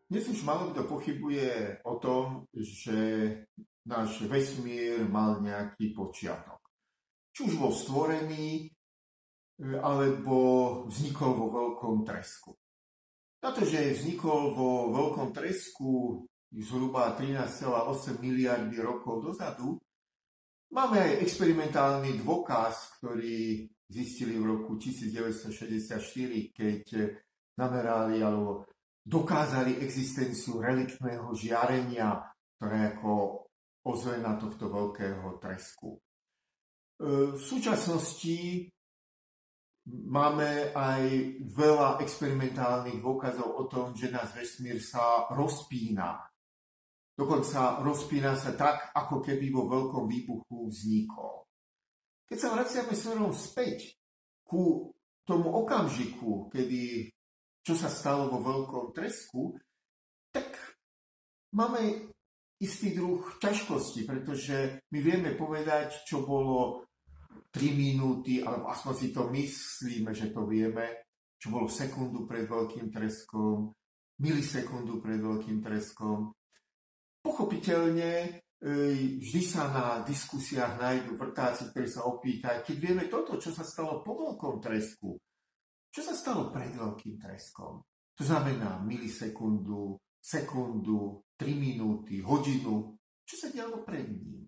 Dnes už málo kto pochybuje o tom, že náš vesmír mal nejaký počiatok. Či už bol stvorený, alebo vznikol vo veľkom tresku. Na to, že vznikol vo veľkom tresku zhruba 13,8 miliardy rokov dozadu, máme aj experimentálny dôkaz, ktorý zistili v roku 1964, keď namerali alebo dokázali existenciu reliktného žiarenia, ktoré ako ozvena tohto veľkého tresku. V súčasnosti máme aj veľa experimentálnych dôkazov o tom, že náš vesmír sa rozpína. Dokonca rozpína sa tak, ako keby vo veľkom výbuchu vznikol. Keď sa vraciame smerom späť ku tomu okamžiku, kedy čo sa stalo vo veľkom tresku, tak máme istý druh ťažkosti, pretože my vieme povedať, čo bolo 3 minúty, alebo aspoň si to myslíme, že to vieme, čo bolo sekundu pred veľkým treskom, milisekundu pred veľkým treskom. Pochopiteľne vždy sa na diskusiách nájdú vrtáci, ktorí sa opýtajú, keď vieme toto, čo sa stalo po veľkom tresku, čo sa stalo pred veľkým treskom? To znamená milisekundu, sekundu, 3 minúty, hodinu. Čo sa dialo pred ním?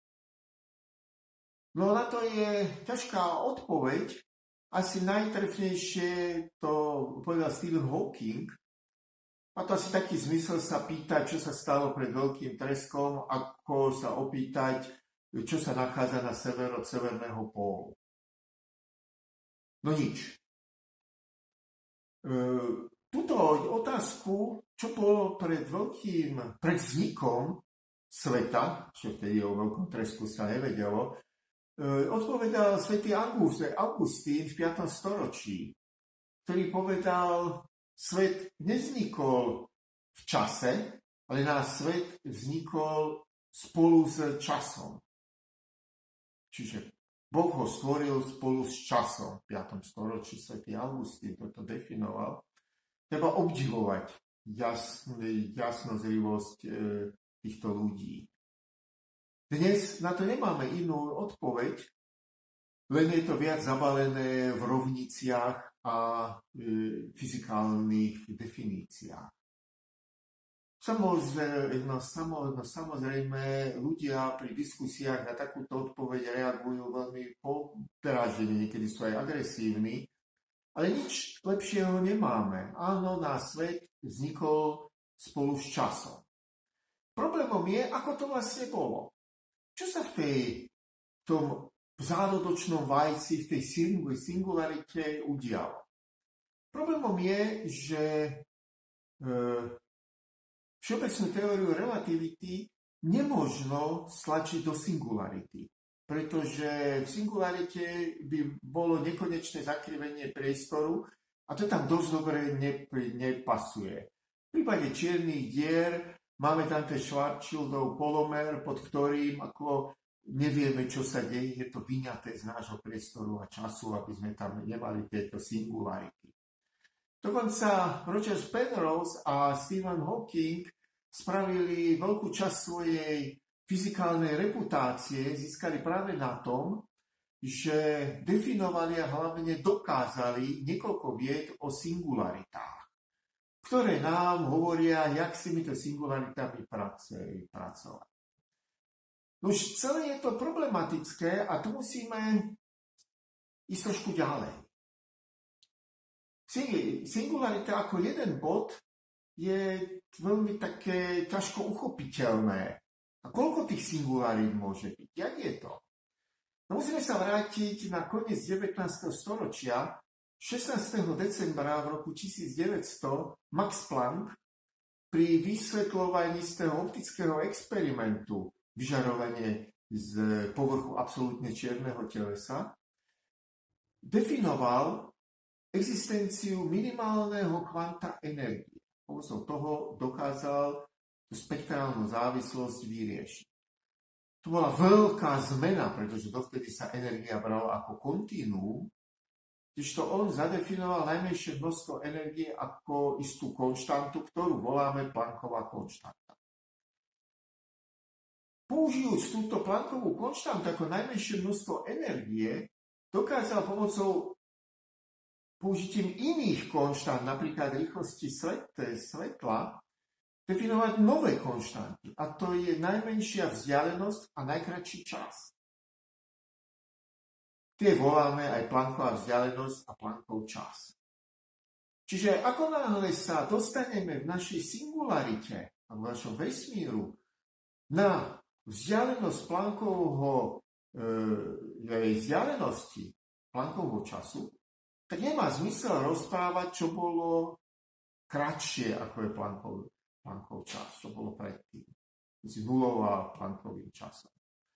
No na to je ťažká odpoveď. Asi najtrefnejšie to povedal Stephen Hawking. A to asi taký zmysel sa pýtať, čo sa stalo pred veľkým treskom, ako sa opýtať, čo sa nachádza na sever od severného pólu. No nič. Túto otázku, čo bolo pred vznikom sveta, že vtedy o veľkom tresku sa nevedelo, odpovedal svätý Augustín v 5. storočí, ktorý povedal, svet nevznikol v čase, ale náš svet vznikol spolu s časom. Čiže Boh ho stvoril spolu s časom. V 5. storočí svätý Augustín toto definoval. Treba obdivovať jasnozrivosť týchto ľudí. Dnes na to nemáme inú odpoveď, len je to viac zabalené v rovniciach a fyzikálnych definíciách. Samozrejme, ľudia pri diskusiách na takúto odpoveď reagujú veľmi podráždene, niekedy sú aj agresívni, ale nič lepšieho nemáme. Áno, náš svet vznikol spolu s časom. Problémom je, ako to vlastne bolo. Čo sa v tom zárodočnom vajci, v tej singularite udialo? Problémom je, že všeobecnú teóriu relativity nemožno stlačiť do singularity, pretože v singularite by bolo nekonečné zakrivenie priestoru a to tam dosť dobre nepasuje. V prípade čiernych dier máme tam ten Schwarzschildov polomer, pod ktorým ako nevieme, čo sa deje, je to vyňaté z nášho priestoru a času, aby sme tam nemali tieto singularity. Dokonca Roger Penrose a Stephen Hawking spravili veľkú časť svojej fyzikálnej reputácie, získali práve na tom, že definovali a hlavne dokázali niekoľko vied o singularitách, ktoré nám hovoria, jak s týmito singularitami pracovať. No už celé je to problematické a tu musíme ísť trošku ďalej. Singularita ako jeden bod je veľmi také ťažko uchopiteľné. A koľko tých singularít môže byť? Jak je to? No musíme sa vrátiť na koniec 19. storočia. 16. decembra v roku 1900 Max Planck pri vysvetľovaní z toho optického experimentu vyžarovanie z povrchu absolútne čierneho telesa definoval existenciu minimálneho kvanta energie. Pomocou toho dokázal tú spektrálnu závislosť vyriešiť. To bola veľká zmena, pretože dovtedy sa energia brala ako kontinuum Kdežto on zadefinoval najmenšie množstvo energie ako istú konštantu, ktorú voláme Plancková konštanta. Použijúc túto Planckovú konštantu ako najmenšie množstvo energie, dokázal pomocou použitím iných konštant, napríklad rýchlosti svetla, definovať nové konštanty. A to je najmenšia vzdialenosť a najkratší čas. Tie voláme aj Plancková vzdialenosť a Planckov čas. Čiže ako náhle sa dostaneme v našej singularite, v našom vesmíru, na vzdialenosť Planckovho vzdialenosti, Planckovho času, tak nemá zmysel rozprávať, čo bolo kratšie, ako je Planckov čas, čo bolo predtým. Medzi nulou a Planckovým časom.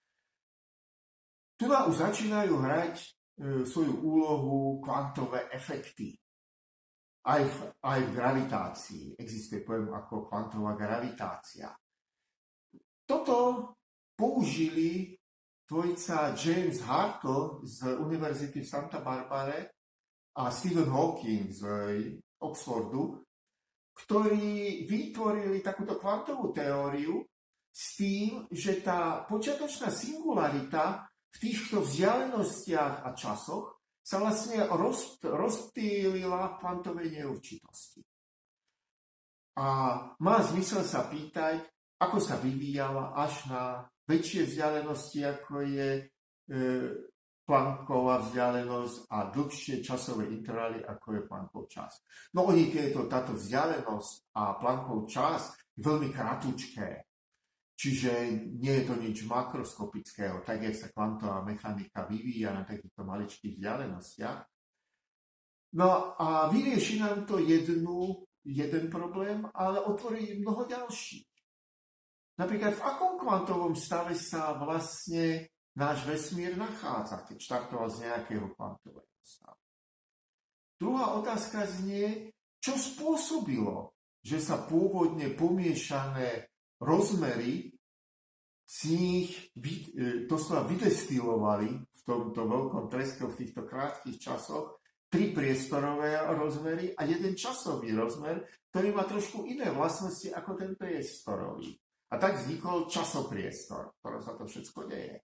Tu už začínajú hrať svoju úlohu kvantové efekty. Aj v gravitácii existuje pojem ako kvantová gravitácia. Toto použili dvojica James Hartle z Univerzity v Santa Barbare a Stephen Hawking z Oxfordu, ktorí vytvorili takúto kvantovú teóriu s tým, že tá počiatočná singularita v týchto vzdialenostiach a časoch sa vlastne rozptýlila v kvantovej neurčitosti. A má zmysel sa pýtať, ako sa vyvíjala až na väčšie vzdialenosti, ako je Plancková vzdialenosť a dlhšie časové intervaly, ako je Planckov čas. No oni táto vzdialenosť a Planckov čas je veľmi kratučké. Čiže nie je to nič makroskopického, tak jak sa kvantová mechanika vyvíja na takýchto maličkých vzdialenostiach. No a vyrieši nám to jeden problém, ale otvorí mnoho ďalších. Napríklad v akom kvantovom stave sa vlastne náš vesmír nachádza, keď štartoval z nejakého kvantového stavu. Druhá otázka znie, čo spôsobilo, že sa pôvodne pomiešané rozmery z nich doslova vydestilovali v tomto veľkom treske v týchto krátkych časoch 3 priestorové rozmery a 1 časový rozmer, ktorý má trošku iné vlastnosti ako ten priestorový. A tak vznikol časopriestor, v ktorom sa to všetko deje.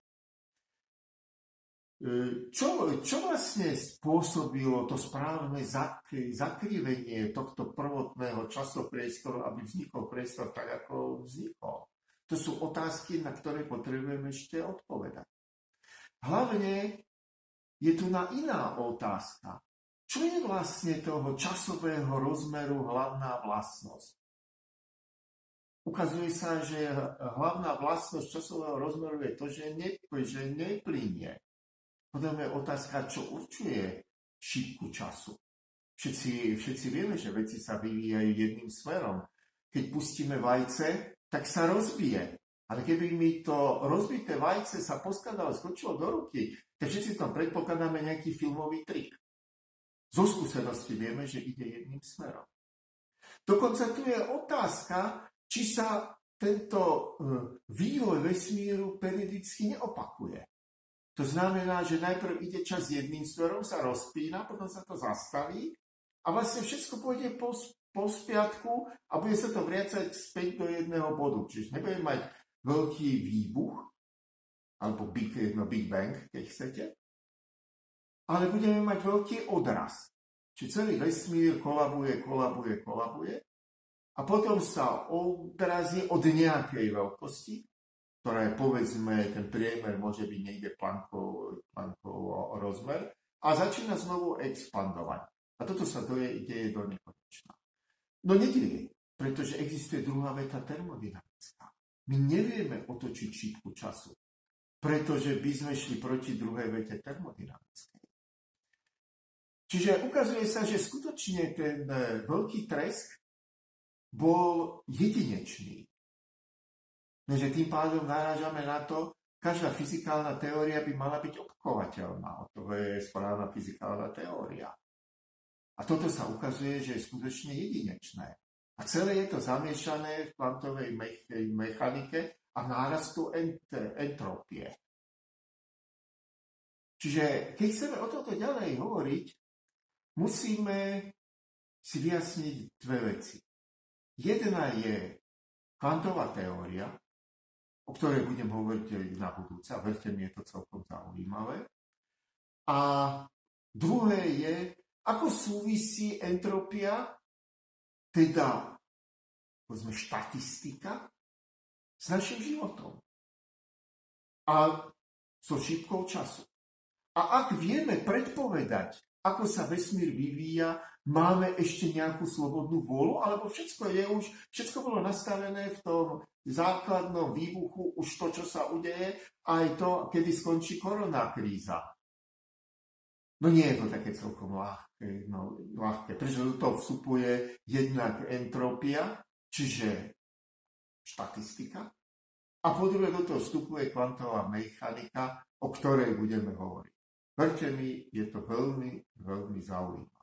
Čo vlastne spôsobilo to správne zakrivenie tohto prvotného časopriestoru, aby vznikol priestor tak, ako vznikol? To sú otázky, na ktoré potrebujeme ešte odpovedať. Hlavne je tu iná otázka. Čo je vlastne toho časového rozmeru hlavná vlastnosť? Ukazuje sa, že hlavná vlastnosť časového rozmeru je to, že neplynie. Potom je otázka, čo určuje šípku času. Všetci vieme, že veci sa vyvíjajú jedným smerom. Keď pustíme vajce, tak sa rozbije. Ale keby mi to rozbité vajce sa poskladalo, skočilo do ruky, tak všetci tam predpokladáme nejaký filmový trik. Zo skúsenosti vieme, že ide jedným smerom. Dokonca tu je otázka, či sa tento vývoj vesmíru periodicky neopakuje. To znamená, že najprv ide čas jedným smerom, sa rozpína, potom sa to zastaví a vlastne všetko pôjde po spiatku a bude sa to vriacať späť do jedného bodu. Čiže nebudeme mať veľký výbuch, alebo Big Bang, keď chcete, ale budeme mať veľký odraz. Čiže celý vesmír kolabuje a potom sa odrazí od nejakej veľkosti, ktorá je, povedzme, ten priemer môže byť niekde Planckov rozmer a začína znovu expandovať. A toto sa deje do nekonečna. No nedieje, pretože existuje druhá veta termodynamická. My nevieme otočiť šípku času, pretože by sme šli proti druhej vete termodynamickej. Čiže ukazuje sa, že skutočne ten veľký tresk bol jedinečný. Takže tým pádom narážame na to, každá fyzikálna teória by mala byť opakovateľná. Od toho je správna fyzikálna teória. A toto sa ukazuje, že je skutočne jedinečné. A celé je to zamiešané v kvantovej mechanike a nárastu entropie. Čiže keď chceme o tomto ďalej hovoriť, musíme si vyjasniť dve veci. Jedna je kvantová teória, o ktorej budem hovoriť na budúce, a verte mi, je to celkom zaujímavé. A druhé je, ako súvisí entropia, teda povedzme štatistika, s našim životom a so šípkou času. A ak vieme predpovedať, ako sa vesmír vyvíja, máme ešte nejakú slobodnú vôľu, alebo všetko bolo nastavené v tom základnom výbuchu, už to, čo sa udeje, aj to, kedy skončí koronakríza. No nie je to také celkom ľahké, pretože do toho vstupuje jednak entropia, čiže štatistika, a po druhé do toho vstupuje kvantová mechanika, o ktorej budeme hovoriť. Verte mi, je to veľmi, veľmi zaujímavé.